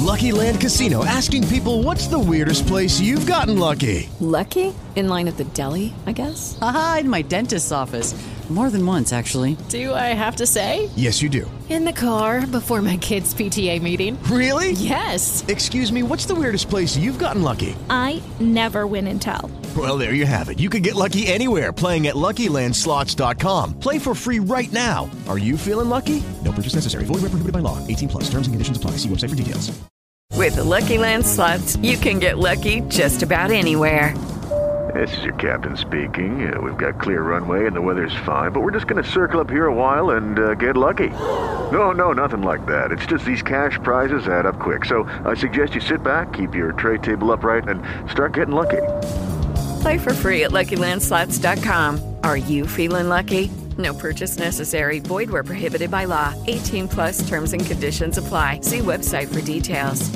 Lucky Land Casino, asking people, what's the weirdest place you've gotten lucky? Lucky? In line at the deli, I guess? Aha, in my dentist's office. More than once, actually. Do I have to say? Yes, you do. In the car before my kids' PTA meeting. Really? Yes. Excuse me, what's the weirdest place you've gotten lucky? I never win and tell. Well, there you have it. You can get lucky anywhere, playing at LuckyLandSlots.com. Play for free right now. Are you feeling lucky? No purchase necessary. Void where prohibited by law. 18 plus. Terms and conditions apply. See website for details. With the Lucky Land Slots, you can get lucky just about anywhere. This is your captain speaking. We've got clear runway and the weather's fine, but we're just going to circle up here a while and get lucky. No, nothing like that. It's just these cash prizes add up quick. So I suggest you sit back, keep your tray table upright, and start getting lucky. Play for free at LuckyLandSlots.com. Are you feeling lucky? No purchase necessary. Void where prohibited by law. 18 plus terms and conditions apply. See website for details.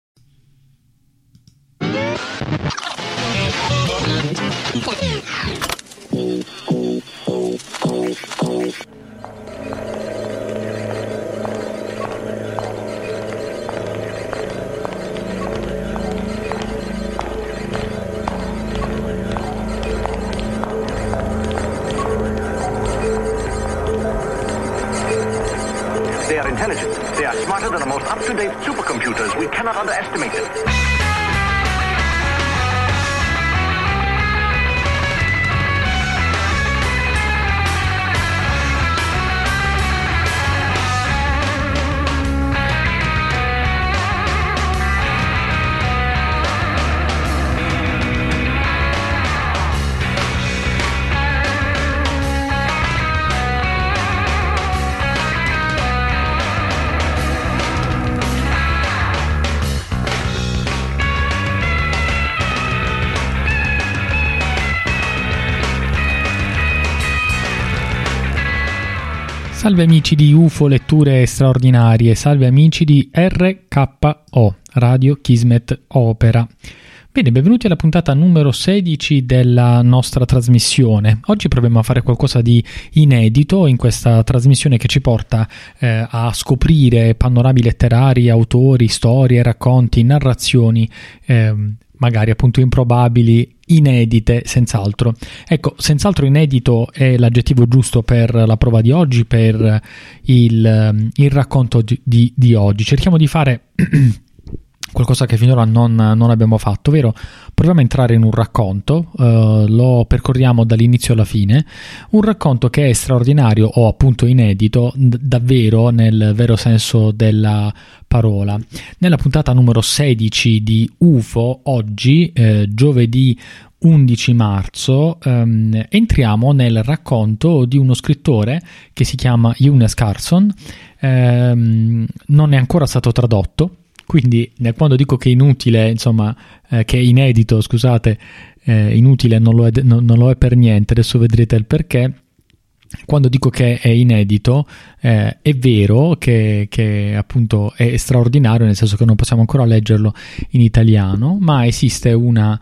They are intelligent. They are smarter than the most up-to-date supercomputers. We cannot underestimate them. Salve amici di UFO Letture Straordinarie, salve amici di RKO, Radio Kismet Opera. Bene, benvenuti alla puntata numero 16 della nostra trasmissione. Oggi proviamo a fare qualcosa di inedito in questa trasmissione che ci porta a scoprire panorami letterari, autori, storie, racconti, narrazioni, magari appunto improbabili, inedite, senz'altro. Ecco, senz'altro inedito è l'aggettivo giusto per la prova di oggi, per il racconto di oggi. Cerchiamo di fare qualcosa che finora non abbiamo fatto, ovvero proviamo a entrare in un racconto, lo percorriamo dall'inizio alla fine, un racconto che è straordinario o appunto inedito, davvero nel vero senso della parola. Nella puntata numero 16 di UFO, oggi, giovedì 11 marzo, entriamo nel racconto di uno scrittore che si chiama Eunice Carson, non è ancora stato tradotto. Quindi quando dico che è inutile, insomma, che è inedito, scusate, inutile non lo è per niente, adesso vedrete il perché. Quando dico che è inedito, è vero che appunto è straordinario, nel senso che non possiamo ancora leggerlo in italiano, ma esiste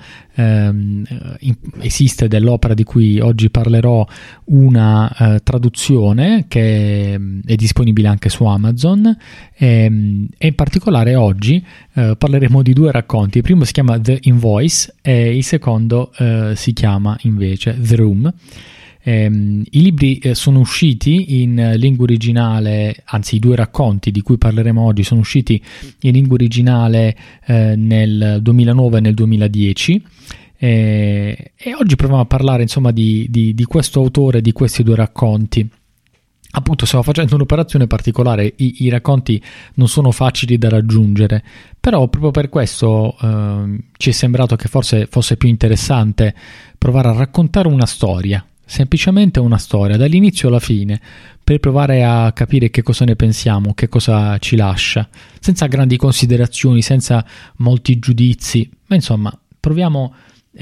dell'opera di cui oggi parlerò una traduzione che è disponibile anche su Amazon, e in particolare oggi parleremo di due racconti. Il primo si chiama The Invoice e il secondo si chiama invece The Room. I libri sono usciti in lingua originale, anzi i due racconti di cui parleremo oggi sono usciti in lingua originale nel 2009 e nel 2010, e oggi proviamo a parlare insomma di questo autore, di questi due racconti. Appunto stiamo facendo un'operazione particolare, i racconti non sono facili da raggiungere, però proprio per questo ci è sembrato che forse fosse più interessante provare a raccontare una storia, semplicemente una storia dall'inizio alla fine, per provare a capire che cosa ne pensiamo, che cosa ci lascia, senza grandi considerazioni, senza molti giudizi, ma insomma proviamo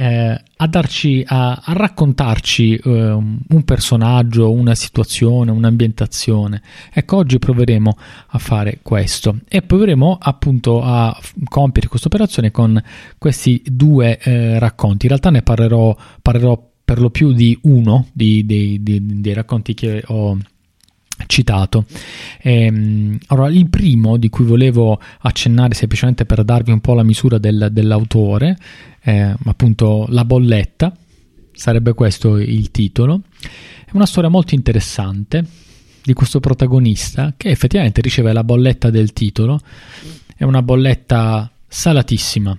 a raccontarci un personaggio, una situazione, un'ambientazione. Ecco, oggi proveremo a fare questo e proveremo appunto a compiere questa operazione con questi due racconti. In realtà ne parlerò per lo più di uno dei racconti che ho citato. Allora, il primo di cui volevo accennare semplicemente per darvi un po' la misura dell'autore, appunto La bolletta, sarebbe questo il titolo. È una storia molto interessante di questo protagonista che effettivamente riceve la bolletta del titolo. È una bolletta salatissima,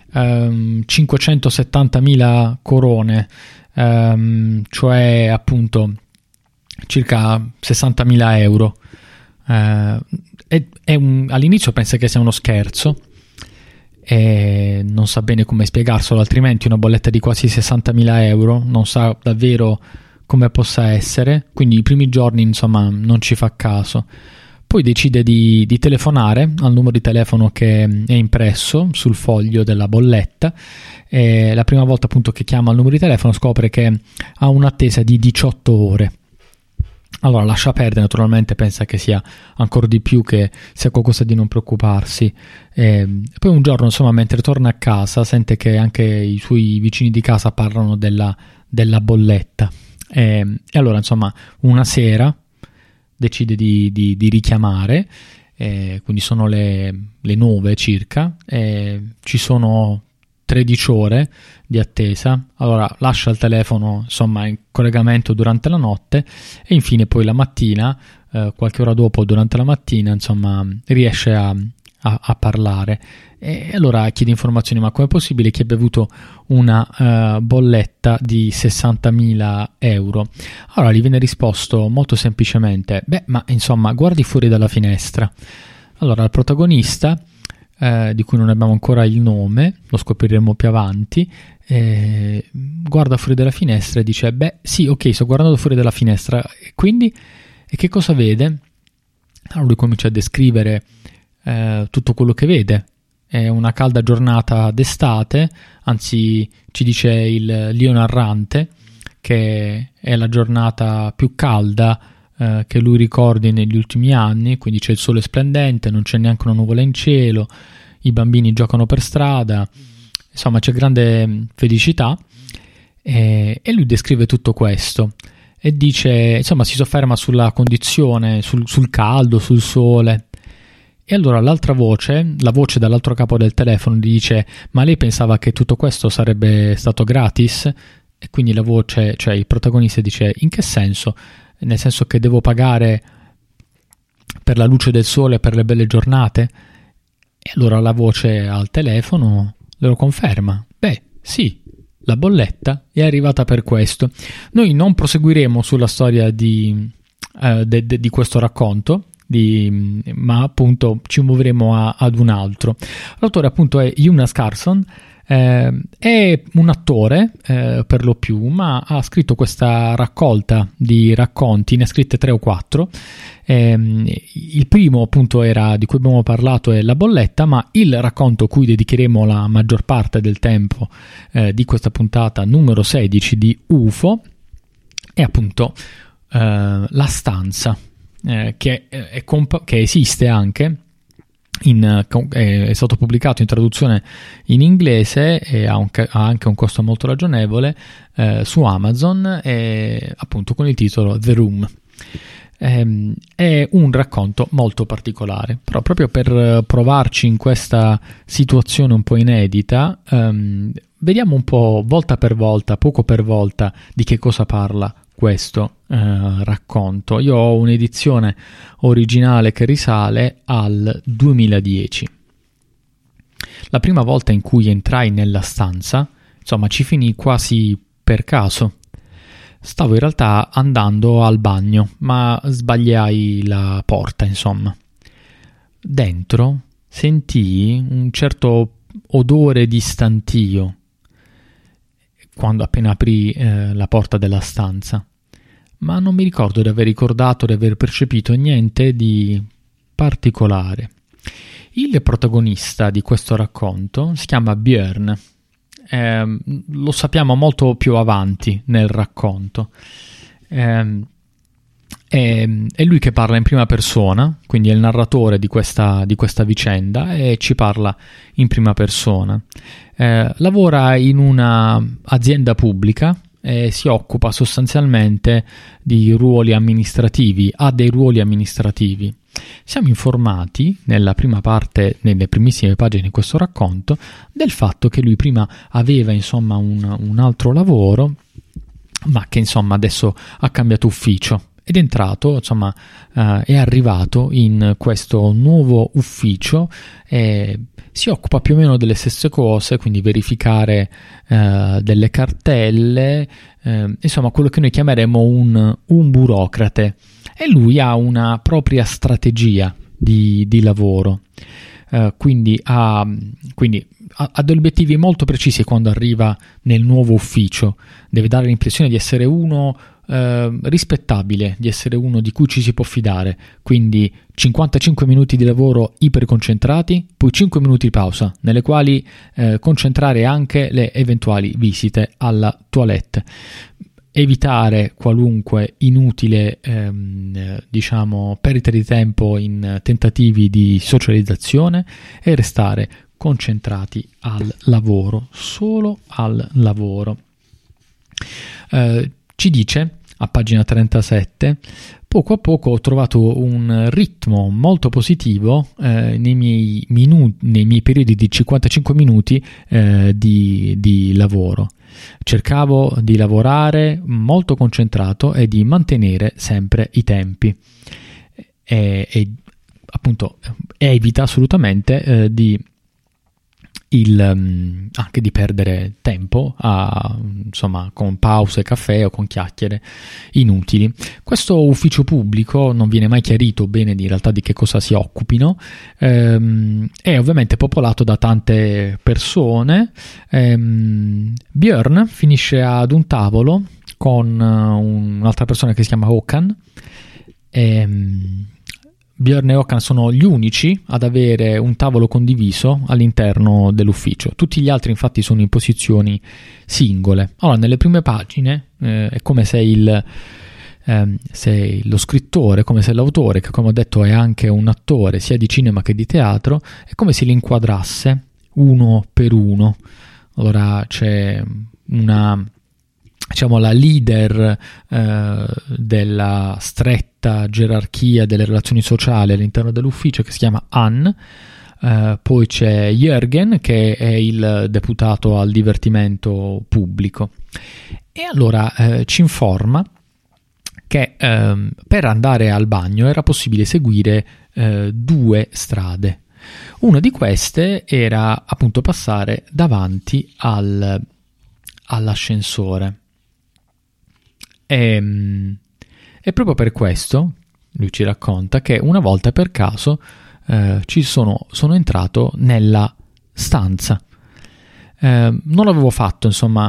570.000 corone, cioè appunto circa 60.000 euro. All'inizio pensa che sia uno scherzo e non sa bene come spiegarselo, altrimenti una bolletta di quasi 60.000 euro non sa davvero come possa essere, quindi i primi giorni insomma non ci fa caso. Poi decide di telefonare al numero di telefono che è impresso sul foglio della bolletta, e la prima volta appunto che chiama il numero di telefono scopre che ha un'attesa di 18 ore. Allora lascia perdere, naturalmente pensa che sia ancora di più, che sia qualcosa di non preoccuparsi. Poi un giorno insomma mentre torna a casa sente che anche i suoi vicini di casa parlano della bolletta, e allora insomma una sera decide di richiamare, quindi sono le 9 circa, ci sono 13 ore di attesa. Allora lascia il telefono insomma in collegamento durante la notte e infine poi la mattina, qualche ora dopo, durante la mattina insomma riesce a parlare, e allora chiede informazioni: ma com'è possibile che abbia avuto una bolletta di 60.000 euro? Allora gli viene risposto molto semplicemente: ma insomma guardi fuori dalla finestra. Allora il protagonista, di cui non abbiamo ancora il nome, lo scopriremo più avanti, guarda fuori dalla finestra e dice: sì, ok, sto guardando fuori dalla finestra, e quindi che cosa vede? Allora lui comincia a descrivere tutto quello che vede. È una calda giornata d'estate, anzi ci dice il Dio narrante che è la giornata più calda che lui ricordi negli ultimi anni, quindi c'è il sole splendente, non c'è neanche una nuvola in cielo, i bambini giocano per strada, insomma c'è grande felicità, e lui descrive tutto questo e dice, insomma si sofferma sulla condizione, sul caldo, sul sole. E allora l'altra voce, la voce dall'altro capo del telefono, gli dice: ma lei pensava che tutto questo sarebbe stato gratis? E quindi la voce, cioè il protagonista, dice: in che senso? Nel senso che devo pagare per la luce del sole, per le belle giornate? E allora la voce al telefono lo conferma: sì, la bolletta è arrivata per questo. Noi non proseguiremo sulla storia di questo racconto, ma appunto ci muoveremo ad un altro. L'autore appunto è Jonas Carlsson, è un attore per lo più, ma ha scritto questa raccolta di racconti, ne ha scritte 3 o 4. Il primo appunto di cui abbiamo parlato è La bolletta, ma il racconto a cui dedicheremo la maggior parte del tempo di questa puntata numero 16 di UFO è appunto La stanza, che esiste anche, è stato pubblicato in traduzione in inglese e ha anche un costo molto ragionevole su Amazon, appunto con il titolo The Room. È un racconto molto particolare, però proprio per provarci in questa situazione un po' inedita, vediamo un po' volta per volta, poco per volta, di che cosa parla questo racconto. Io ho un'edizione originale che risale al 2010. La prima volta in cui entrai nella stanza, insomma, ci finì quasi per caso. Stavo in realtà andando al bagno, ma sbagliai la porta, insomma. Dentro sentii un certo odore di stantio quando appena aprì la porta della stanza, ma non mi ricordo di aver ricordato di aver percepito niente di particolare. Il protagonista di questo racconto si chiama Björn, lo sappiamo molto più avanti nel racconto. È lui che parla in prima persona, quindi è il narratore di questa vicenda e ci parla in prima persona. Lavora in una azienda pubblica, e si occupa sostanzialmente di ruoli amministrativi, ha dei ruoli amministrativi. Siamo informati nella prima parte, nelle primissime pagine di questo racconto, del fatto che lui prima aveva insomma un altro lavoro, ma che insomma adesso ha cambiato ufficio ed è entrato, insomma è arrivato in questo nuovo ufficio e si occupa più o meno delle stesse cose, quindi verificare delle cartelle, insomma quello che noi chiameremo un burocrate, e lui ha una propria strategia di lavoro, quindi ha degli obiettivi molto precisi quando arriva nel nuovo ufficio. Deve dare l'impressione di essere uno rispettabile, di essere uno di cui ci si può fidare, quindi 55 minuti di lavoro iperconcentrati, poi 5 minuti di pausa nelle quali concentrare anche le eventuali visite alla toilette, evitare qualunque inutile diciamo perdita di tempo in tentativi di socializzazione e restare concentrati al lavoro, solo al lavoro. Ci dice a pagina 37: poco a poco ho trovato un ritmo molto positivo nei miei periodi di 55 minuti di lavoro. Cercavo di lavorare molto concentrato e di mantenere sempre i tempi e appunto evita assolutamente anche di perdere tempo insomma con pause, caffè o con chiacchiere inutili. Questo ufficio pubblico non viene mai chiarito bene in realtà di che cosa si occupino, è ovviamente popolato da tante persone. Björn finisce ad un tavolo con un'altra persona che si chiama Håkan. Björn e Håkan sono gli unici ad avere un tavolo condiviso all'interno dell'ufficio. Tutti gli altri infatti sono in posizioni singole. Allora, nelle prime pagine è come se se lo scrittore, come se l'autore, che come ho detto è anche un attore sia di cinema che di teatro, è come se li inquadrasse uno per uno. Allora c'è la leader della stretta gerarchia delle relazioni sociali all'interno dell'ufficio, che si chiama Ann, poi c'è Jürgen, che è il deputato al divertimento pubblico, e allora ci informa che per andare al bagno era possibile seguire 2 strade. Una di queste era appunto passare davanti all'ascensore. E proprio per questo lui ci racconta che una volta per caso sono entrato nella stanza. Non l'avevo fatto insomma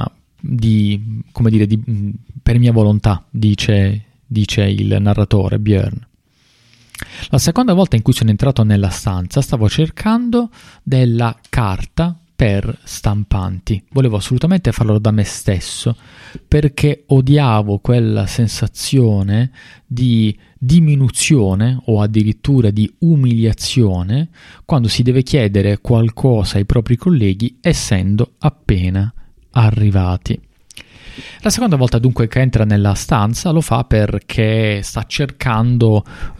per mia volontà, dice il narratore Björn. La seconda volta in cui sono entrato nella stanza stavo cercando della carta per stampanti. Volevo assolutamente farlo da me stesso, perché odiavo quella sensazione di diminuzione o addirittura di umiliazione quando si deve chiedere qualcosa ai propri colleghi essendo appena arrivati. La seconda volta dunque che entra nella stanza lo fa perché sta cercando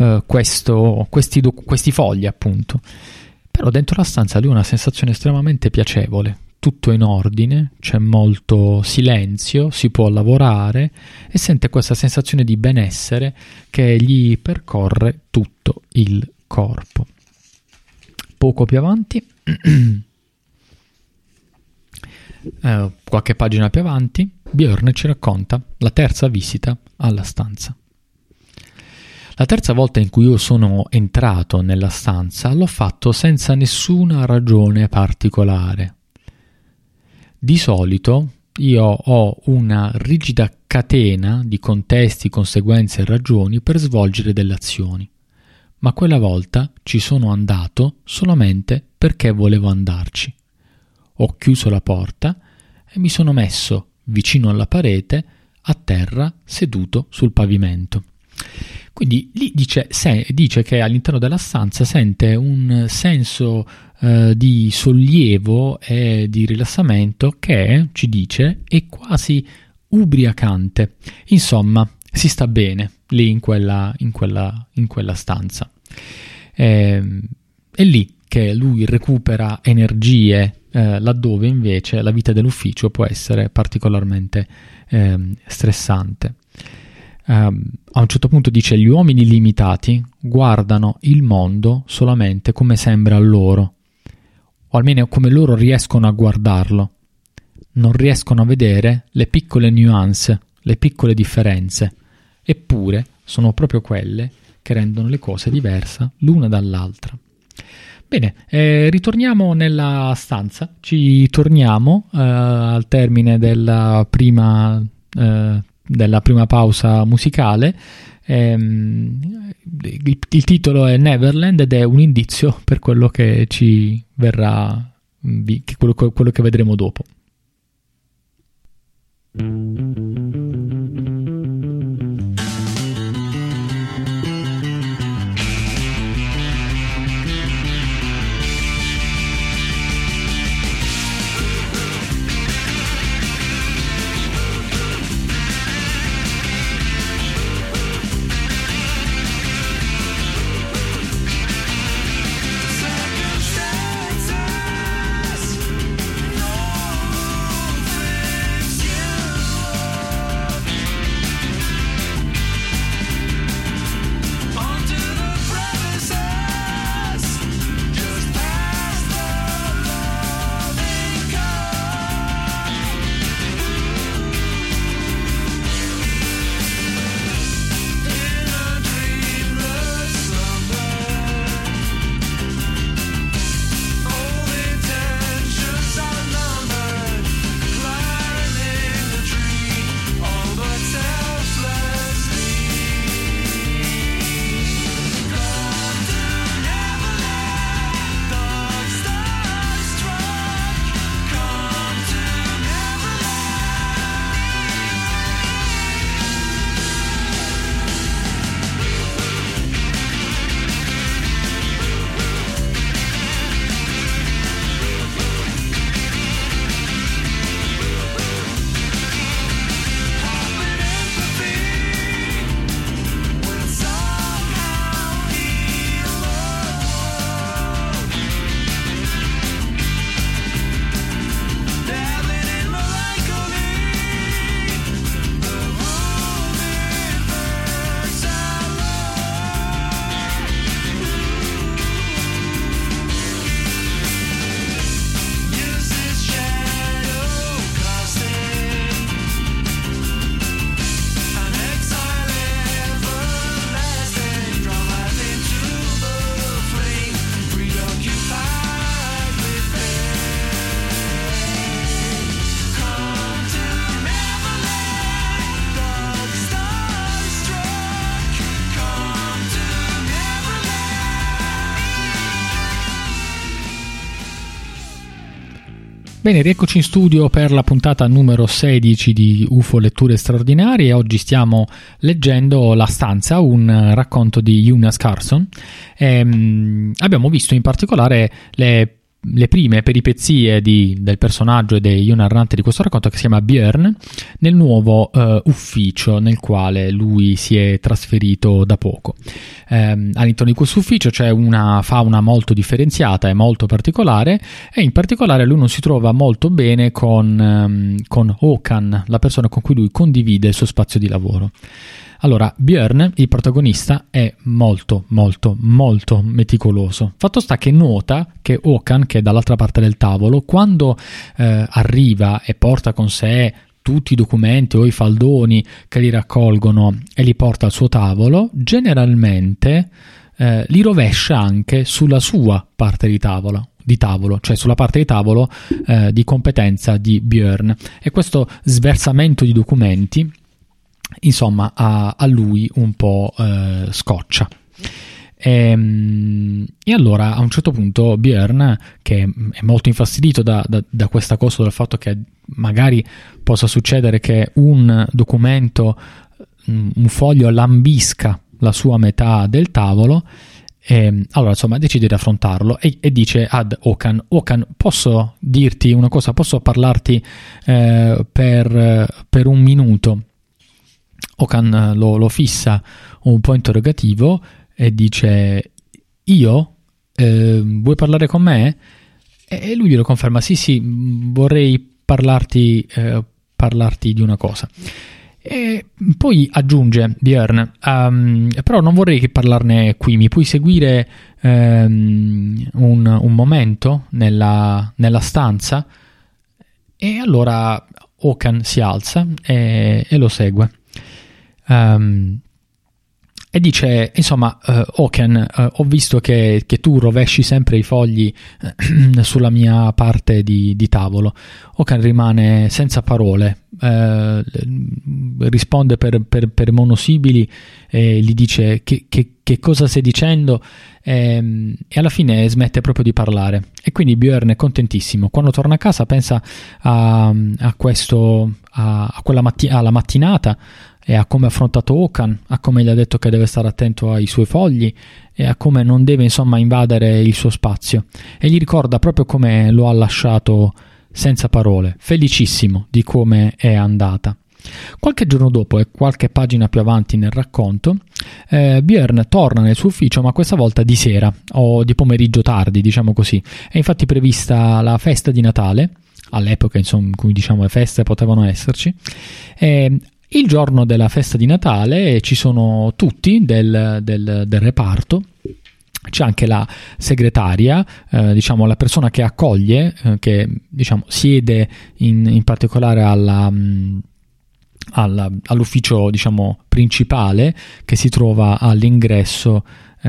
questi fogli, appunto. Però dentro la stanza lui ha una sensazione estremamente piacevole, tutto in ordine, c'è molto silenzio, si può lavorare e sente questa sensazione di benessere che gli percorre tutto il corpo. Poco più avanti, qualche pagina più avanti, Björn ci racconta la terza visita alla stanza. La terza volta in cui io sono entrato nella stanza l'ho fatto senza nessuna ragione particolare. Di solito io ho una rigida catena di contesti, conseguenze e ragioni per svolgere delle azioni, ma quella volta ci sono andato solamente perché volevo andarci. Ho chiuso la porta e mi sono messo vicino alla parete, a terra, seduto sul pavimento. Quindi lì dice che all'interno della stanza sente un senso di sollievo e di rilassamento che, ci dice, è quasi ubriacante. Insomma, si sta bene lì in quella stanza. È lì che lui recupera energie, laddove invece la vita dell'ufficio può essere particolarmente stressante. A un certo punto dice: gli uomini limitati guardano il mondo solamente come sembra a loro, o almeno come loro riescono a guardarlo. Non riescono a vedere le piccole nuance, le piccole differenze, eppure sono proprio quelle che rendono le cose diverse l'una dall'altra. Bene, ritorniamo nella stanza, ci torniamo al termine della prima pausa musicale. Il titolo è Neverland ed è un indizio per quello che ci verrà, quello che vedremo dopo. Bene, rieccoci in studio per la puntata numero 16 di UFO Letture Straordinarie. Oggi stiamo leggendo La Stanza, un racconto di Jonas Carlsson. Abbiamo visto in particolare le prime peripezie del personaggio e degli narrante di questo racconto, che si chiama Björn, nel nuovo ufficio nel quale lui si è trasferito da poco. All'interno di questo ufficio c'è una fauna molto differenziata e molto particolare, e in particolare lui non si trova molto bene con Håkan, la persona con cui lui condivide il suo spazio di lavoro. Allora, Björn, il protagonista, è molto molto molto meticoloso. Fatto sta che nota che Håkan, che è dall'altra parte del tavolo, quando arriva e porta con sé tutti i documenti o i faldoni che li raccolgono e li porta al suo tavolo, generalmente li rovescia anche sulla sua parte di tavolo, cioè sulla parte di tavolo di competenza di Björn. E questo sversamento di documenti, insomma, a lui un po' scoccia. E allora a un certo punto Björn, che è molto infastidito da questa cosa, dal fatto che magari possa succedere che un documento, un foglio lambisca la sua metà del tavolo, Allora insomma decide di affrontarlo e dice ad Okan: posso dirti una cosa, posso parlarti per un minuto? Okan lo fissa un po' interrogativo e dice: io? Vuoi parlare con me? E lui glielo conferma: sì, vorrei parlarti di una cosa. E poi aggiunge Björn: però non vorrei che parlarne qui, mi puoi seguire un momento nella stanza? E allora Okan si alza e lo segue. E dice, insomma, Okan, ho visto che tu rovesci sempre i fogli sulla mia parte di tavolo. Okan rimane senza parole, risponde per monosibili e gli dice che cosa stai dicendo, e alla fine smette proprio di parlare. E quindi Björn è contentissimo. Quando torna a casa pensa alla mattinata e a come ha affrontato Okan, a come gli ha detto che deve stare attento ai suoi fogli e a come non deve insomma invadere il suo spazio, e gli ricorda proprio come lo ha lasciato senza parole, felicissimo di come è andata. Qualche giorno dopo e qualche pagina più avanti nel racconto, Björn torna nel suo ufficio, ma questa volta di sera o di pomeriggio tardi, diciamo così. È infatti prevista la festa di Natale, all'epoca insomma in cui diciamo le feste potevano esserci. Il giorno della festa di Natale ci sono tutti del reparto, c'è anche la segretaria, diciamo la persona che accoglie, che diciamo siede in particolare all'ufficio diciamo principale, che si trova all'ingresso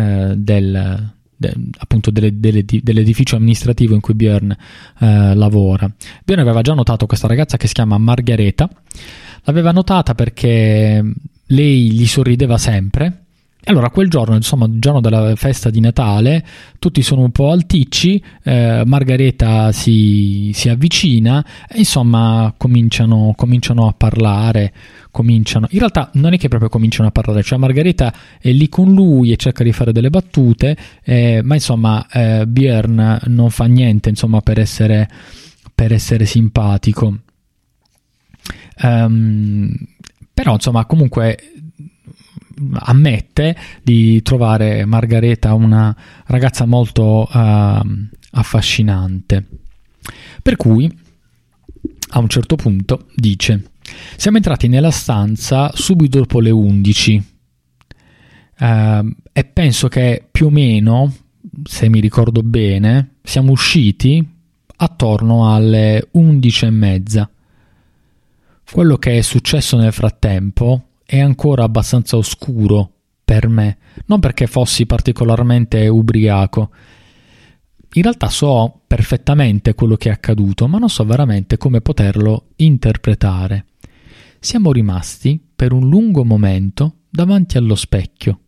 appunto dell'edificio amministrativo in cui Björn lavora. Björn aveva già notato questa ragazza che si chiama Margareta. L'aveva notata perché lei gli sorrideva sempre. E allora quel giorno, insomma, il giorno della festa di Natale, tutti sono un po' alticci, Margareta si avvicina e insomma cominciano a parlare, in realtà non è che proprio cominciano a parlare, cioè Margareta è lì con lui e cerca di fare delle battute, ma insomma Björn non fa niente insomma per essere simpatico. Però insomma comunque ammette di trovare Margareta una ragazza molto affascinante, per cui a un certo punto dice: siamo entrati nella stanza subito dopo le 11 e penso che più o meno, se mi ricordo bene, siamo usciti attorno alle 11:30. Quello che è successo nel frattempo è ancora abbastanza oscuro per me, non perché fossi particolarmente ubriaco. In realtà so perfettamente quello che è accaduto, ma non so veramente come poterlo interpretare. Siamo rimasti per un lungo momento davanti allo specchio.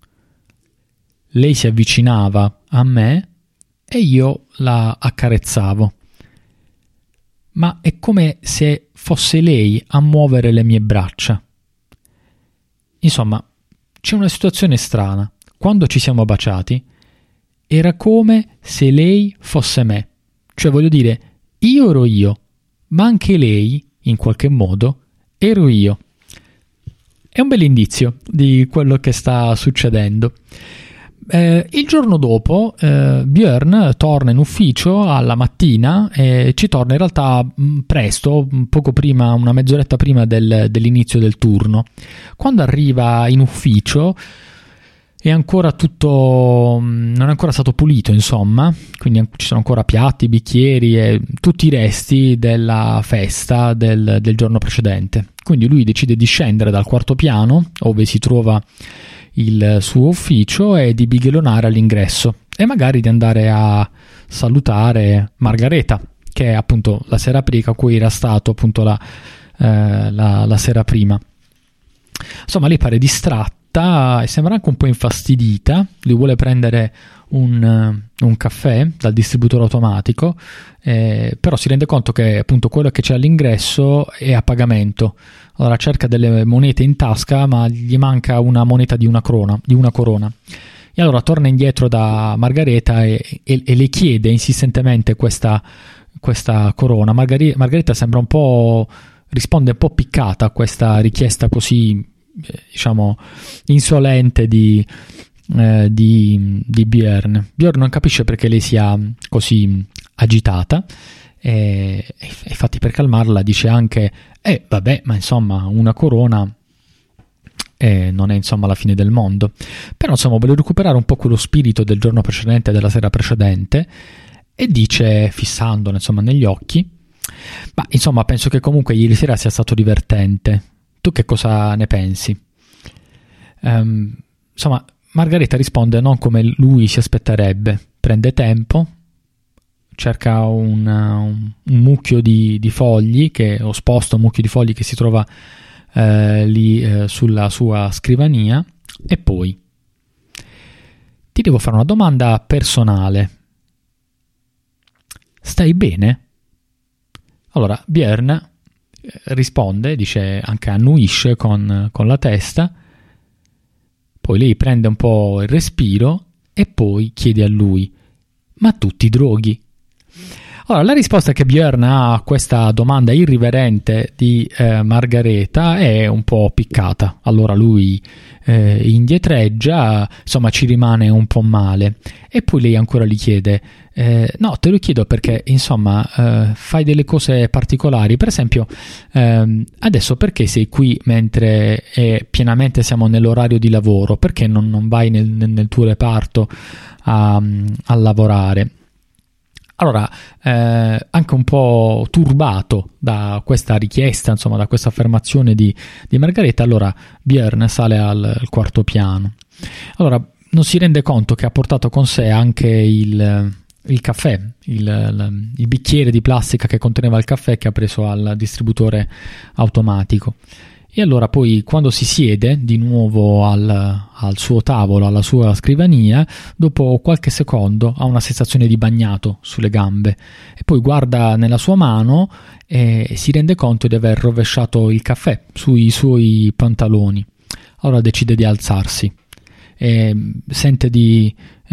Lei si avvicinava a me e io la accarezzavo. Ma è come se fosse lei a muovere le mie braccia. Insomma, c'è una situazione strana. Quando ci siamo baciati, era come se lei fosse me. Cioè, voglio dire, io ero io, ma anche lei, in qualche modo, ero io. È un bel indizio di quello che sta succedendo. Il giorno dopo Björn torna in ufficio alla mattina e ci torna in realtà presto, poco prima, una mezz'oretta prima dell'inizio del turno. Quando arriva in ufficio è ancora tutto, non è ancora stato pulito, insomma, quindi ci sono ancora piatti, bicchieri e tutti i resti della festa del giorno precedente. Quindi lui decide di scendere dal quarto piano, dove si trova il suo ufficio, e di bighellonare all'ingresso e magari di andare a salutare Margareta, che è appunto la sera prima, a cui era stato appunto la sera prima. Insomma, lei pare distratta e sembra anche un po' infastidita. Lui vuole prendere un caffè dal distributore automatico, però si rende conto che appunto quello che c'è all'ingresso è a pagamento. Allora cerca delle monete in tasca, ma gli manca una moneta di una corona. E allora torna indietro da Margareta e le chiede insistentemente questa corona. Margareta sembra risponde un po' piccata a questa richiesta così, diciamo, insolente di Björn. Björn non capisce perché lei sia così agitata e infatti, per calmarla, dice anche vabbè, ma insomma una corona non è insomma la fine del mondo. Però insomma vuole recuperare un po' quello spirito del giorno precedente, della sera precedente, e dice, fissandolo insomma negli occhi: ma insomma penso che comunque ieri sera sia stato divertente. Tu che cosa ne pensi? Insomma Margareta risponde non come lui si aspetterebbe. Prende tempo, cerca un mucchio di fogli, sposta un mucchio di fogli che si trova lì sulla sua scrivania, e poi: ti devo fare una domanda personale. Stai bene? Allora Björn risponde, dice, anche annuisce con la testa, poi lei prende un po' il respiro e poi chiede a lui: ma tu ti droghi? Allora, la risposta che Björn ha a questa domanda irriverente di Margareta è un po' piccata. Allora lui indietreggia, insomma ci rimane un po' male, e poi lei ancora gli chiede: no, te lo chiedo perché insomma fai delle cose particolari, per esempio adesso perché sei qui mentre pienamente siamo nell'orario di lavoro, perché non vai nel tuo reparto a lavorare? Allora, anche un po' turbato da questa richiesta, insomma, da questa affermazione di Margareta, allora Björn sale al quarto piano. Allora, non si rende conto che ha portato con sé anche il caffè, il bicchiere di plastica che conteneva il caffè che ha preso al distributore automatico. E allora poi, quando si siede di nuovo al suo tavolo, alla sua scrivania, dopo qualche secondo ha una sensazione di bagnato sulle gambe, e poi guarda nella sua mano e si rende conto di aver rovesciato il caffè sui suoi pantaloni. Allora decide di alzarsi e sente di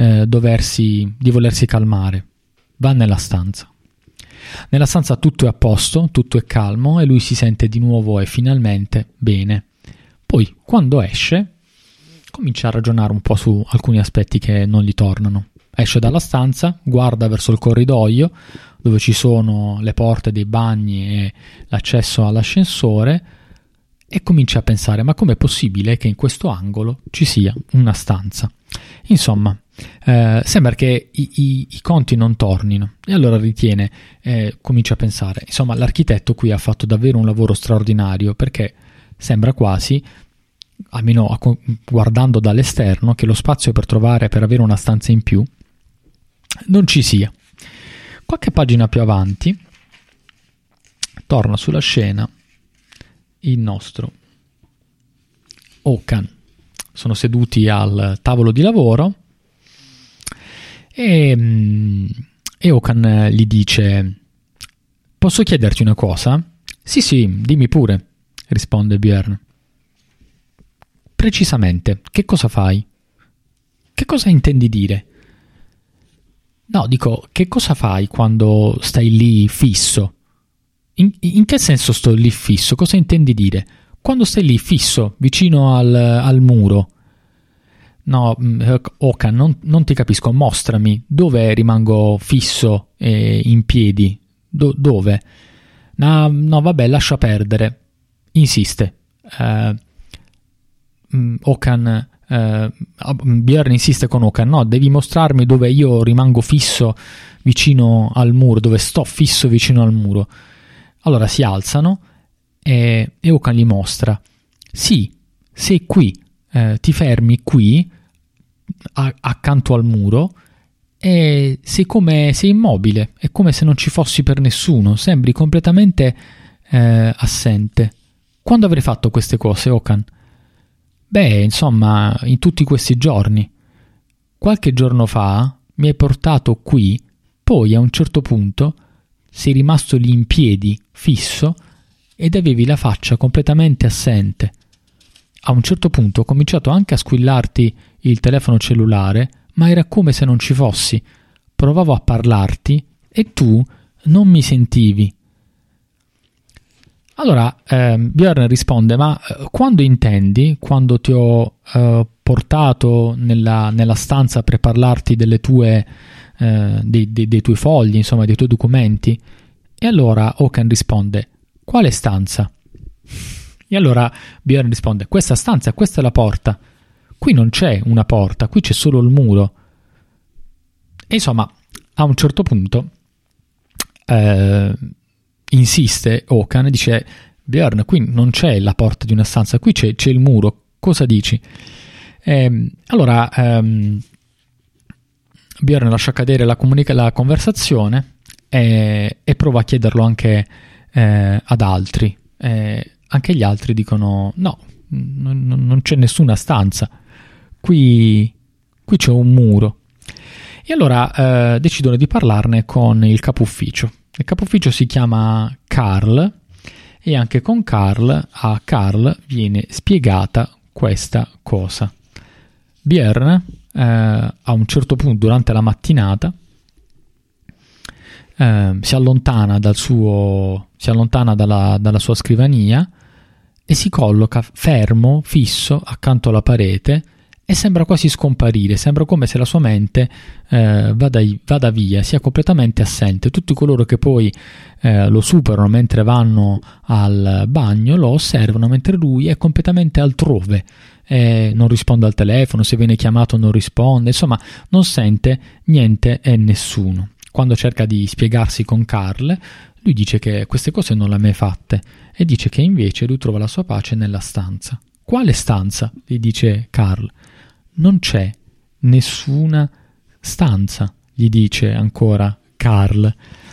volersi calmare. Va nella stanza. Nella stanza tutto è a posto, tutto è calmo, e lui si sente di nuovo e finalmente bene. Poi, quando esce, comincia a ragionare un po' su alcuni aspetti che non gli tornano. Esce dalla stanza, guarda verso il corridoio dove ci sono le porte dei bagni e l'accesso all'ascensore, e comincia a pensare: ma com'è possibile che in questo angolo ci sia una stanza? Insomma, sembra che i conti non tornino, e allora comincia a pensare: insomma, l'architetto qui ha fatto davvero un lavoro straordinario, perché sembra quasi, almeno guardando dall'esterno, che lo spazio per avere una stanza in più non ci sia. Qualche pagina più avanti torna sulla scena il nostro Håkan. Sono seduti al tavolo di lavoro e Håkan gli dice: posso chiederti una cosa? Sì, dimmi pure, risponde Björn. Precisamente, che cosa fai? Che cosa intendi dire? No, dico, che cosa fai quando stai lì fisso? In che senso sto lì fisso? Cosa intendi dire? Quando stai lì fisso, vicino al muro. No, Håkan, non ti capisco, mostrami dove rimango fisso in piedi. Dove? No, vabbè, lascia perdere. Insiste. Håkan, Björn insiste con Håkan: no, devi mostrarmi dove io rimango fisso vicino al muro, dove sto fisso vicino al muro. Allora si alzano e Håkan gli mostra: sì, sei qui, ti fermi qui accanto al muro e sei immobile, è come se non ci fossi per nessuno, sembri completamente assente. Quando avrei fatto queste cose, Håkan? Beh, insomma, in tutti questi giorni. Qualche giorno fa mi hai portato qui, poi a un certo punto sei rimasto lì in piedi, fisso, ed avevi la faccia completamente assente. A un certo punto ho cominciato anche a squillarti il telefono cellulare, ma era come se non ci fossi. Provavo a parlarti e tu non mi sentivi. Allora Björn risponde: ma quando intendi? Quando ti ho portato nella stanza per parlarti delle tue dei tuoi fogli, insomma dei tuoi documenti? E allora Håkan risponde: quale stanza? E allora Björn risponde: questa stanza, questa è la porta. Qui non c'è una porta, qui c'è solo il muro. E insomma, a un certo punto insiste Håkan e dice: Björn, qui non c'è la porta di una stanza, qui c'è il muro, cosa dici? Allora Björn lascia cadere la conversazione e prova a chiederlo anche ad altri. Anche gli altri dicono: no, non c'è nessuna stanza, qui c'è un muro. E allora decidono di parlarne con il capo ufficio. Il capo ufficio si chiama Carl e anche con a Carl viene spiegata questa cosa. Björn a un certo punto durante la mattinata si allontana dalla sua scrivania e si colloca fermo, fisso, accanto alla parete e sembra quasi scomparire, sembra come se la sua mente vada via, sia completamente assente. Tutti coloro che poi lo superano mentre vanno al bagno lo osservano mentre lui è completamente altrove, non risponde al telefono, se viene chiamato non risponde, insomma non sente niente e nessuno. Quando cerca di spiegarsi con Carl, lui dice che queste cose non le ha mai fatte e dice che invece lui trova la sua pace nella stanza. Quale stanza? Gli dice Carl. Non c'è nessuna stanza, gli dice ancora Carl.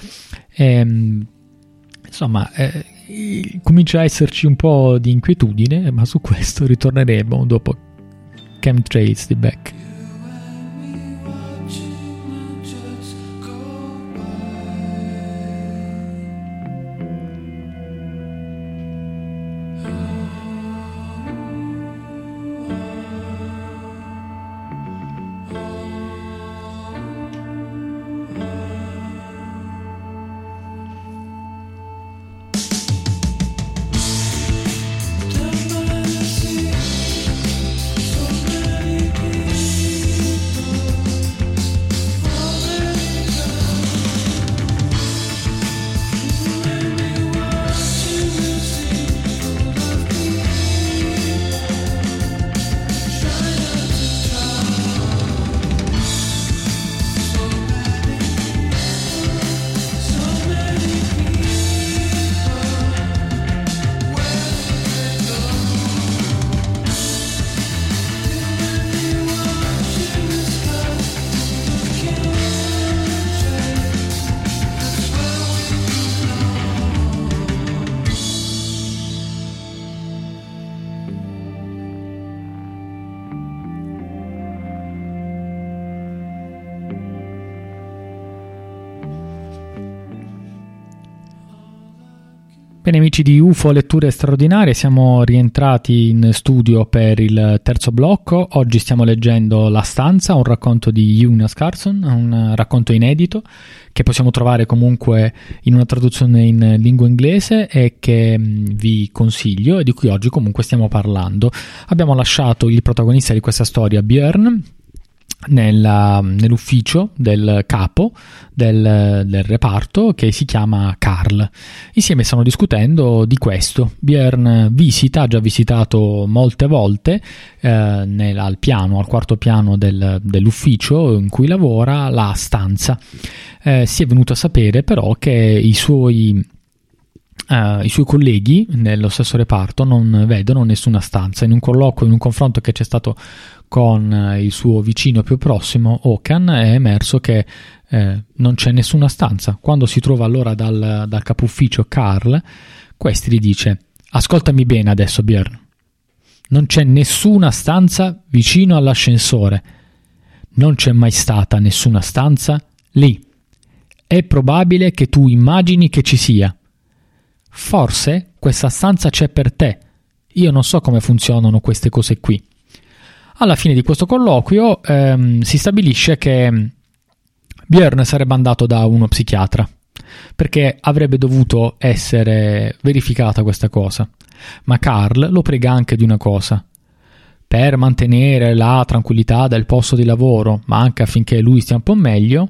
Insomma, comincia a esserci un po' di inquietudine, ma su questo ritorneremo dopo Chemtrails di Beck. Bene amici di UFO Letture Straordinarie, siamo rientrati in studio per il terzo blocco. Oggi stiamo leggendo La stanza, un racconto di Jonas Carlsson, un racconto inedito che possiamo trovare comunque in una traduzione in lingua inglese e che vi consiglio e di cui oggi comunque stiamo parlando. Abbiamo lasciato il protagonista di questa storia, Björn, nell'ufficio del capo del reparto che si chiama Carl. Insieme stanno discutendo di questo. Björn ha già visitato molte volte al quarto piano dell'ufficio in cui lavora la stanza. Si è venuto a sapere però che i suoi colleghi nello stesso reparto non vedono nessuna stanza. In un colloquio, in un confronto che c'è stato con il suo vicino più prossimo, Håkan, è emerso che non c'è nessuna stanza. Quando si trova allora dal capo ufficio Carl, questi gli dice: ascoltami bene adesso Björn, non c'è nessuna stanza vicino all'ascensore, non c'è mai stata nessuna stanza lì. È probabile che tu immagini che ci sia. Forse questa stanza c'è per te. Io non so come funzionano queste cose qui. Alla fine di questo colloquio si stabilisce che Björn sarebbe andato da uno psichiatra perché avrebbe dovuto essere verificata questa cosa, ma Carl lo prega anche di una cosa: per mantenere la tranquillità del posto di lavoro, ma anche affinché lui stia un po' meglio,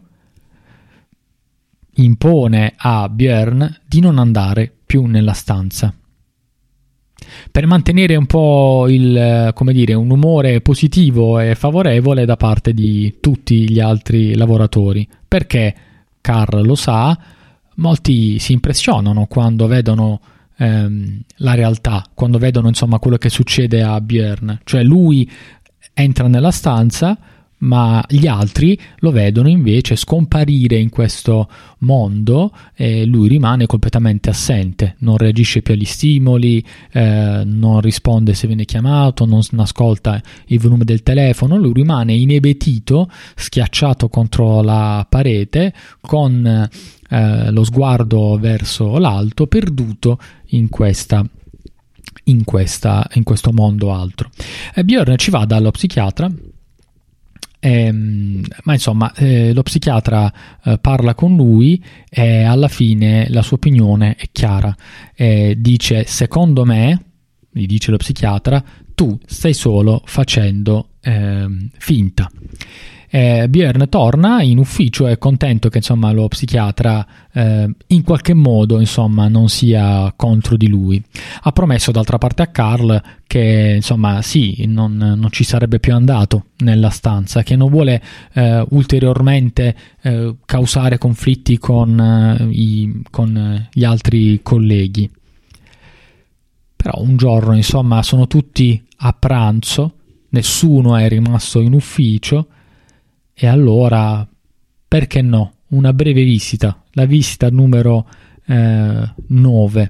impone a Björn di non andare più nella stanza, per mantenere un po' un umore positivo e favorevole da parte di tutti gli altri lavoratori, perché Carl lo sa, molti si impressionano quando vedono la realtà, quando vedono insomma quello che succede a Björn, cioè lui entra nella stanza ma gli altri lo vedono invece scomparire in questo mondo e lui rimane completamente assente, non reagisce più agli stimoli, non risponde se viene chiamato, non ascolta il volume del telefono, lui rimane inebetito, schiacciato contro la parete con lo sguardo verso l'alto, perduto in questo mondo altro. Björn ci va dallo psichiatra, ma insomma lo psichiatra parla con lui e alla fine la sua opinione è chiara. Dice: secondo me, gli dice lo psichiatra, tu stai solo facendo finta. Björn torna in ufficio, è contento che insomma lo psichiatra in qualche modo insomma non sia contro di lui. Ha promesso d'altra parte a Carl che insomma sì, non ci sarebbe più andato nella stanza, che non vuole ulteriormente causare conflitti con gli altri colleghi. Però un giorno insomma sono tutti a pranzo, nessuno è rimasto in ufficio. E allora, perché no? Una breve visita, la visita numero 9.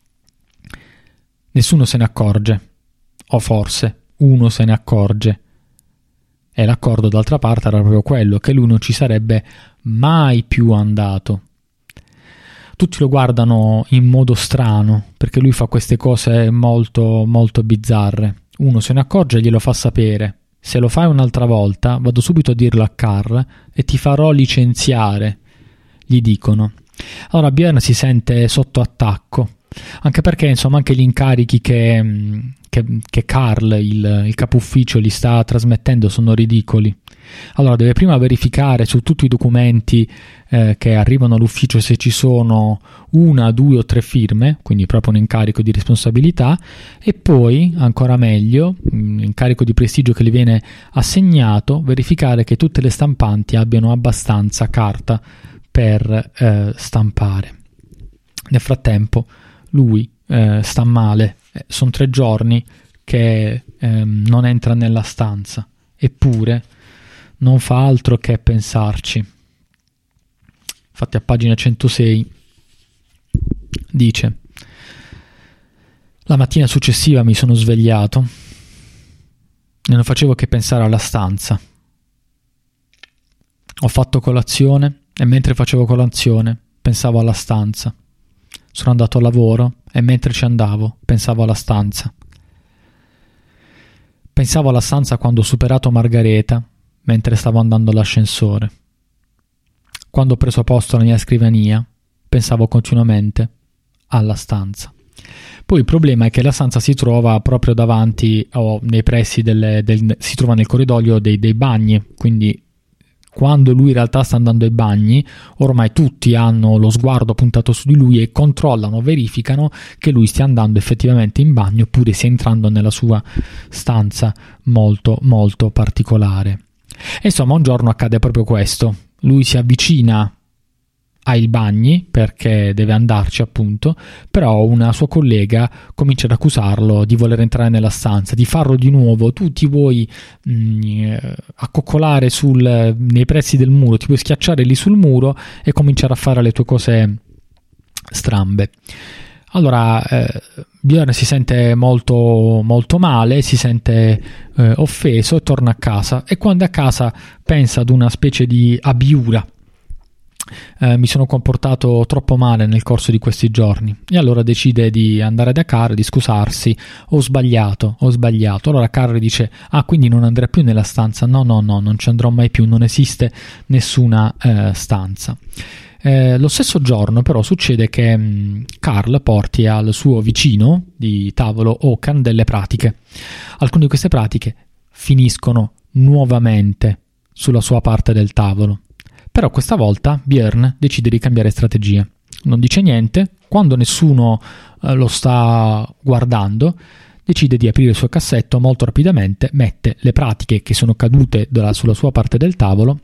Nessuno se ne accorge, o forse uno se ne accorge. E l'accordo d'altra parte era proprio quello, che lui non ci sarebbe mai più andato. Tutti lo guardano in modo strano, perché lui fa queste cose molto, molto bizzarre. Uno se ne accorge e glielo fa sapere. Se lo fai un'altra volta, vado subito a dirlo a Carl e ti farò licenziare, gli dicono. Allora Björn si sente sotto attacco, anche perché insomma anche gli incarichi che Carl, il capo ufficio, gli sta trasmettendo sono ridicoli. Allora deve prima verificare su tutti i documenti che arrivano all'ufficio se ci sono 1, 2 o 3 firme, quindi proprio un incarico di responsabilità, e poi, ancora meglio, un incarico di prestigio che gli viene assegnato, verificare che tutte le stampanti abbiano abbastanza carta per stampare. Nel frattempo lui sta male, sono 3 giorni che non entra nella stanza, eppure non fa altro che pensarci. Infatti a pagina 106 dice: la mattina successiva mi sono svegliato e non facevo che pensare alla stanza. Ho fatto colazione e mentre facevo colazione pensavo alla stanza. Sono andato al lavoro e mentre ci andavo pensavo alla stanza. Pensavo alla stanza quando ho superato Margareta mentre stavo andando all'ascensore. Quando ho preso posto alla mia scrivania, pensavo continuamente alla stanza. Poi il problema è che la stanza si trova proprio davanti o nei pressi si trova nel corridoio dei bagni, quindi quando lui in realtà sta andando ai bagni, ormai tutti hanno lo sguardo puntato su di lui e controllano, verificano che lui stia andando effettivamente in bagno oppure stia entrando nella sua stanza molto molto particolare. E insomma un giorno accade proprio questo. Lui si avvicina ai bagni perché deve andarci appunto, però una sua collega comincia ad accusarlo di voler entrare nella stanza, di farlo di nuovo. Tu ti vuoi accoccolare nei pressi del muro, ti vuoi schiacciare lì sul muro e cominciare a fare le tue cose strambe. Allora Björn si sente molto molto male, si sente offeso e torna a casa, e quando è a casa pensa ad una specie di abiura mi sono comportato troppo male nel corso di questi giorni. E allora decide di andare da Carl, di scusarsi. Ho sbagliato. Allora Carl dice: quindi non andrai più nella stanza? No, non ci andrò mai più, non esiste nessuna stanza. Lo stesso giorno però succede che Carl porti al suo vicino di tavolo Håkan delle pratiche. Alcune di queste pratiche finiscono nuovamente sulla sua parte del tavolo, però questa volta Björn decide di cambiare strategia. Non dice niente, quando nessuno lo sta guardando decide di aprire il suo cassetto molto rapidamente, mette le pratiche che sono cadute sulla sua parte del tavolo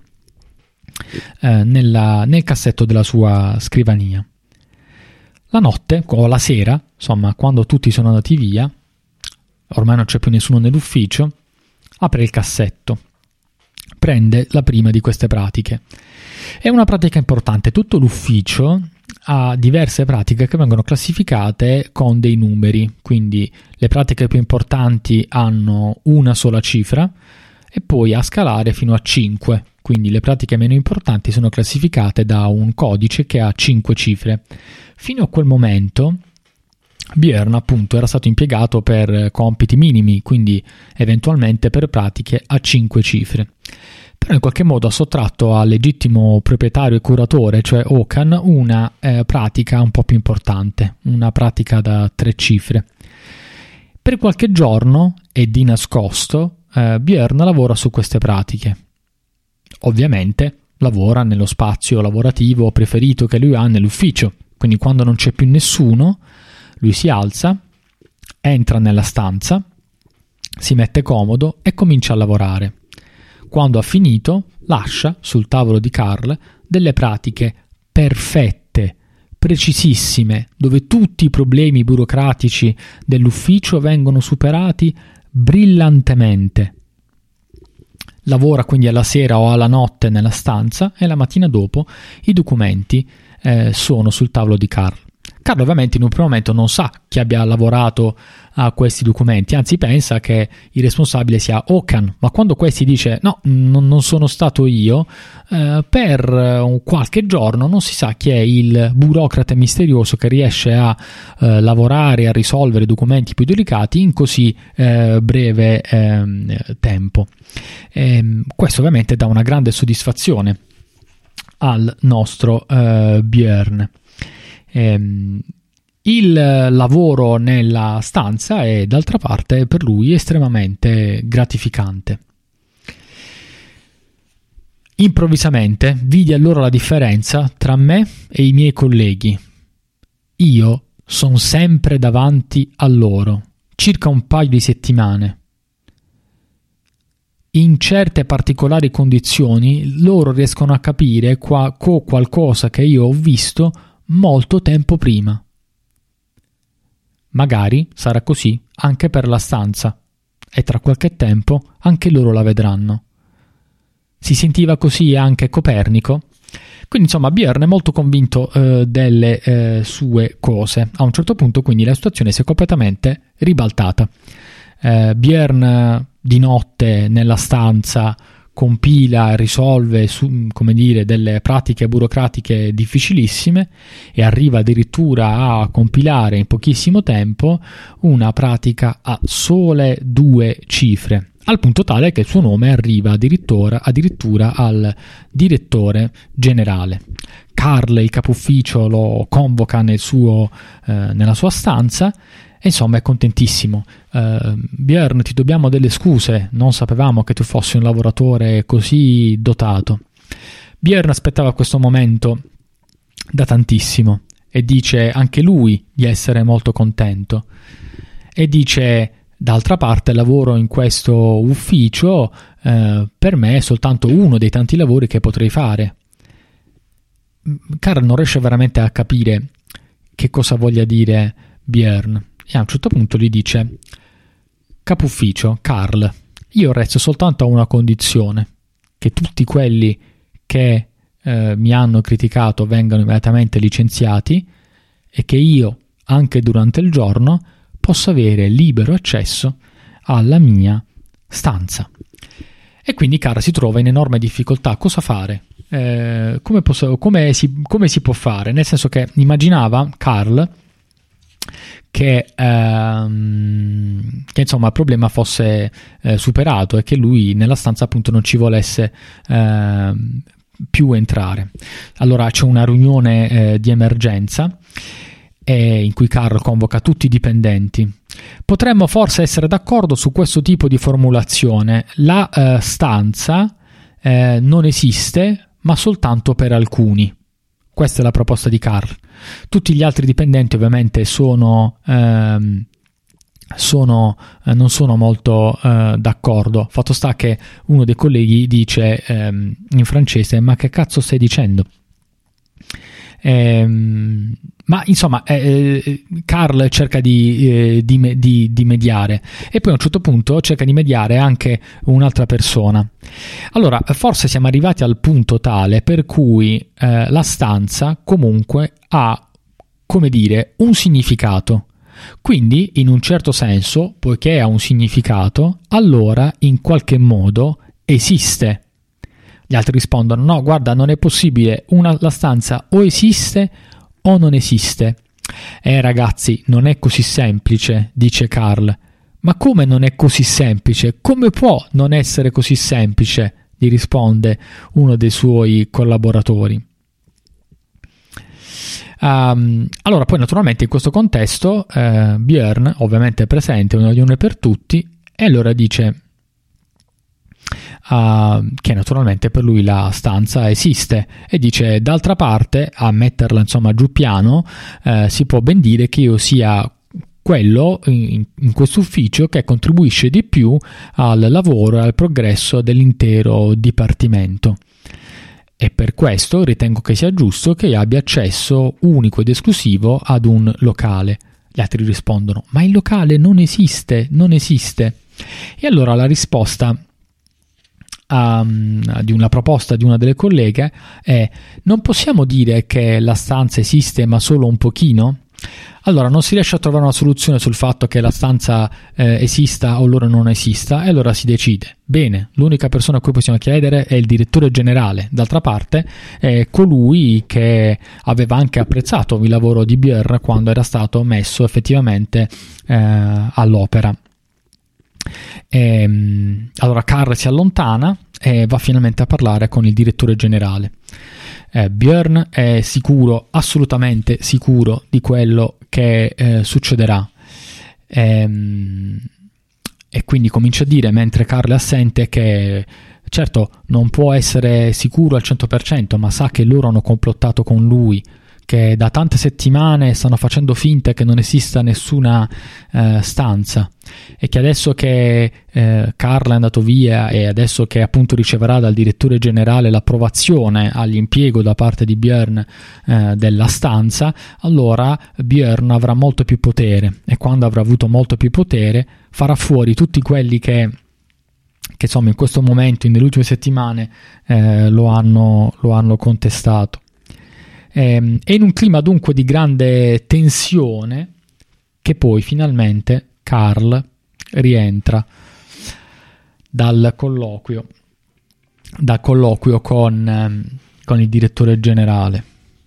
nel cassetto della sua scrivania. La notte o la sera, insomma, quando tutti sono andati via, ormai non c'è più nessuno nell'ufficio, apre il cassetto, prende la prima di queste pratiche. È una pratica importante. Tutto l'ufficio ha diverse pratiche che vengono classificate con dei numeri, quindi le pratiche più importanti hanno una sola cifra e poi a scalare fino a 5. Quindi le pratiche meno importanti sono classificate da un codice che ha 5 cifre. Fino a quel momento Björn appunto era stato impiegato per compiti minimi, quindi eventualmente per pratiche a 5 cifre. Però in qualche modo ha sottratto al legittimo proprietario e curatore, cioè Håkan, una pratica un po' più importante, una pratica da 3 cifre. Per qualche giorno e di nascosto Björn lavora su queste pratiche. Ovviamente lavora nello spazio lavorativo preferito che lui ha nell'ufficio, quindi quando non c'è più nessuno lui si alza, entra nella stanza, si mette comodo e comincia a lavorare. Quando ha finito lascia sul tavolo di Carl delle pratiche perfette, precisissime, dove tutti i problemi burocratici dell'ufficio vengono superati brillantemente. Lavora quindi alla sera o alla notte nella stanza e la mattina dopo i documenti sono sul tavolo di Carl. Carl ovviamente in un primo momento non sa chi abbia lavorato a questi documenti, anzi pensa che il responsabile sia Håkan, ma quando questi dice no, non sono stato io, per qualche giorno non si sa chi è il burocrate misterioso che riesce a lavorare e a risolvere documenti più delicati in così breve tempo. Questo ovviamente dà una grande soddisfazione al nostro Björn. Il lavoro nella stanza è d'altra parte per lui estremamente gratificante. Improvvisamente vidi allora la differenza tra me e i miei colleghi. Io sono sempre davanti a loro, circa un paio di settimane. In certe particolari condizioni loro riescono a capire qualcosa che io ho visto molto tempo prima. Magari sarà così anche per la stanza e tra qualche tempo anche loro la vedranno. Si sentiva così anche Copernico. Quindi insomma Björn è molto convinto delle sue cose. A un certo punto quindi la situazione si è completamente ribaltata. Björn di notte nella stanza compila e risolve delle pratiche burocratiche difficilissime e arriva addirittura a compilare in pochissimo tempo una pratica a sole 2 cifre, al punto tale che il suo nome arriva addirittura al direttore generale. Carl, il capo ufficio, lo convoca nella sua stanza e insomma è contentissimo. Björn, ti dobbiamo delle scuse, non sapevamo che tu fossi un lavoratore così dotato. Björn aspettava questo momento da tantissimo e dice anche lui di essere molto contento e dice: d'altra parte lavoro in questo ufficio, per me è soltanto uno dei tanti lavori che potrei fare. Carl non riesce veramente a capire che cosa voglia dire Björn e a un certo punto gli dice: capo ufficio, Carl, io resto soltanto a una condizione, che tutti quelli che mi hanno criticato vengano immediatamente licenziati e che io, anche durante il giorno, possa avere libero accesso alla mia stanza. E quindi Carl si trova in enorme difficoltà. Cosa fare? come si può fare? Nel senso che immaginava Carl che insomma il problema fosse superato e che lui nella stanza appunto non ci volesse più entrare. Allora c'è una riunione di emergenza in cui Carl convoca tutti i dipendenti. Potremmo forse essere d'accordo su questo tipo di formulazione: la stanza non esiste, ma soltanto per alcuni. Questa è la proposta di Carl. Tutti gli altri dipendenti ovviamente non sono molto d'accordo. Fatto sta che uno dei colleghi dice in francese: ma che cazzo stai dicendo? Ma insomma Carl cerca di mediare, e poi a un certo punto cerca di mediare anche un'altra persona. Allora forse siamo arrivati al punto tale per cui la stanza comunque ha, come dire, un significato. Quindi in un certo senso, poiché ha un significato, allora in qualche modo esiste. Gli altri rispondono: no, guarda, non è possibile, la stanza o esiste o non esiste. Ragazzi, non è così semplice, dice Carl. Ma come non è così semplice? Come può non essere così semplice? Gli risponde uno dei suoi collaboratori. Allora poi naturalmente in questo contesto Björn ovviamente è presente, una riunione per tutti, e allora dice che naturalmente per lui la stanza esiste, e dice: d'altra parte, a metterla insomma giù piano, si può ben dire che io sia quello in questo ufficio che contribuisce di più al lavoro e al progresso dell'intero dipartimento, e per questo ritengo che sia giusto che io abbia accesso unico ed esclusivo ad un locale. Gli altri rispondono: ma il locale non esiste. E allora la risposta di una proposta di una delle colleghe è: non possiamo dire che la stanza esiste ma solo un pochino? Allora non si riesce a trovare una soluzione sul fatto che la stanza esista o allora non esista, e allora si decide: bene, l'unica persona a cui possiamo chiedere è il direttore generale. D'altra parte è colui che aveva anche apprezzato il lavoro di Björn quando era stato messo effettivamente all'opera. Allora Carl si allontana e va finalmente a parlare con il direttore generale. Björn è sicuro, assolutamente sicuro di quello che succederà, e quindi comincia a dire, mentre Carl è assente, che certo non può essere sicuro al 100%, ma sa che loro hanno complottato con lui, che da tante settimane stanno facendo finta che non esista nessuna stanza, e che adesso che Carl è andato via e adesso che appunto riceverà dal direttore generale l'approvazione all'impiego da parte di Björn della stanza, allora Björn avrà molto più potere, e quando avrà avuto molto più potere farà fuori tutti quelli che insomma in questo momento, nelle ultime settimane, lo hanno contestato. È in un clima dunque di grande tensione che poi finalmente Carl rientra dal colloquio con il direttore generale.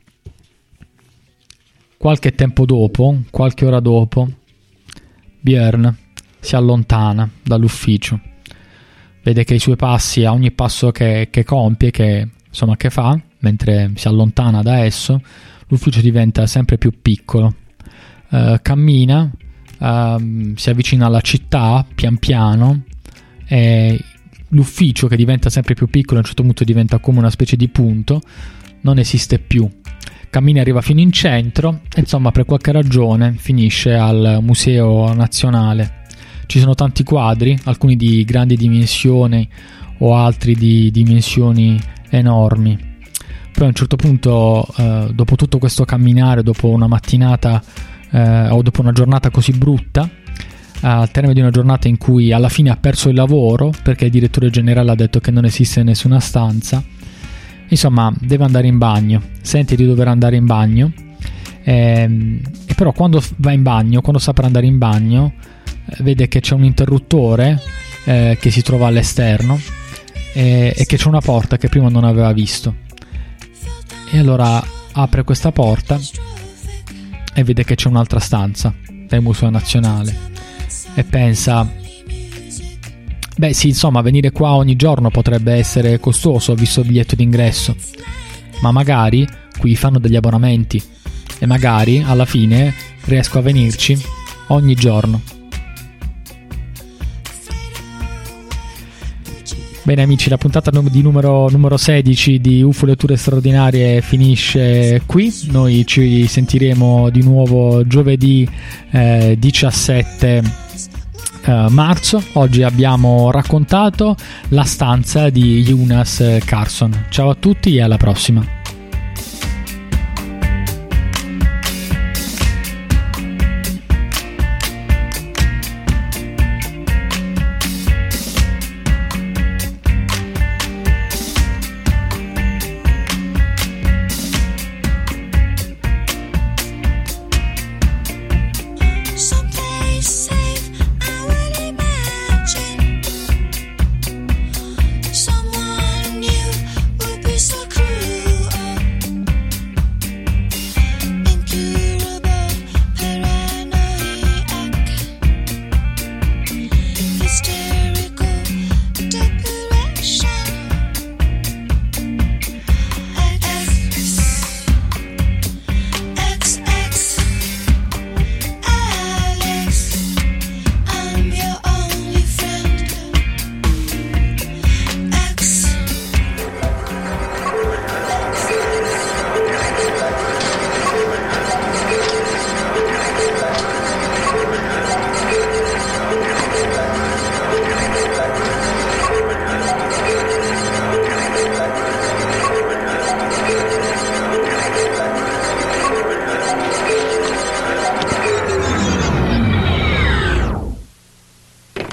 Qualche ora dopo, Björn si allontana dall'ufficio. Vede che i suoi passi, a ogni passo che compie, che fa, mentre si allontana da esso, l'ufficio diventa sempre più piccolo. Cammina, si avvicina alla città pian piano, e l'ufficio, che diventa sempre più piccolo, a un certo punto diventa come una specie di punto, non esiste più. Cammina, arriva fino in centro e insomma per qualche ragione finisce al Museo Nazionale. Ci sono tanti quadri, alcuni di grandi dimensioni o altri di dimensioni enormi. Poi a un certo punto, dopo tutto questo camminare, dopo una mattinata o dopo una giornata così brutta, al termine di una giornata in cui alla fine ha perso il lavoro perché il direttore generale ha detto che non esiste nessuna stanza, insomma deve andare in bagno, sente di dover andare in bagno, e però quando va in bagno, quando sta per andare in bagno, vede che c'è un interruttore che si trova all'esterno, e che c'è una porta che prima non aveva visto. e allora apre questa porta e vede che c'è un'altra stanza del Museo Nazionale e pensa: beh sì, insomma, venire qua ogni giorno potrebbe essere costoso visto il biglietto d'ingresso, ma magari qui fanno degli abbonamenti e magari alla fine riesco a venirci ogni giorno. Bene amici, la puntata di numero 16 di UFO Letture Straordinarie finisce qui. Noi ci sentiremo di nuovo giovedì 17 marzo. Oggi abbiamo raccontato la stanza di Jonas Carson. Ciao a tutti e alla prossima.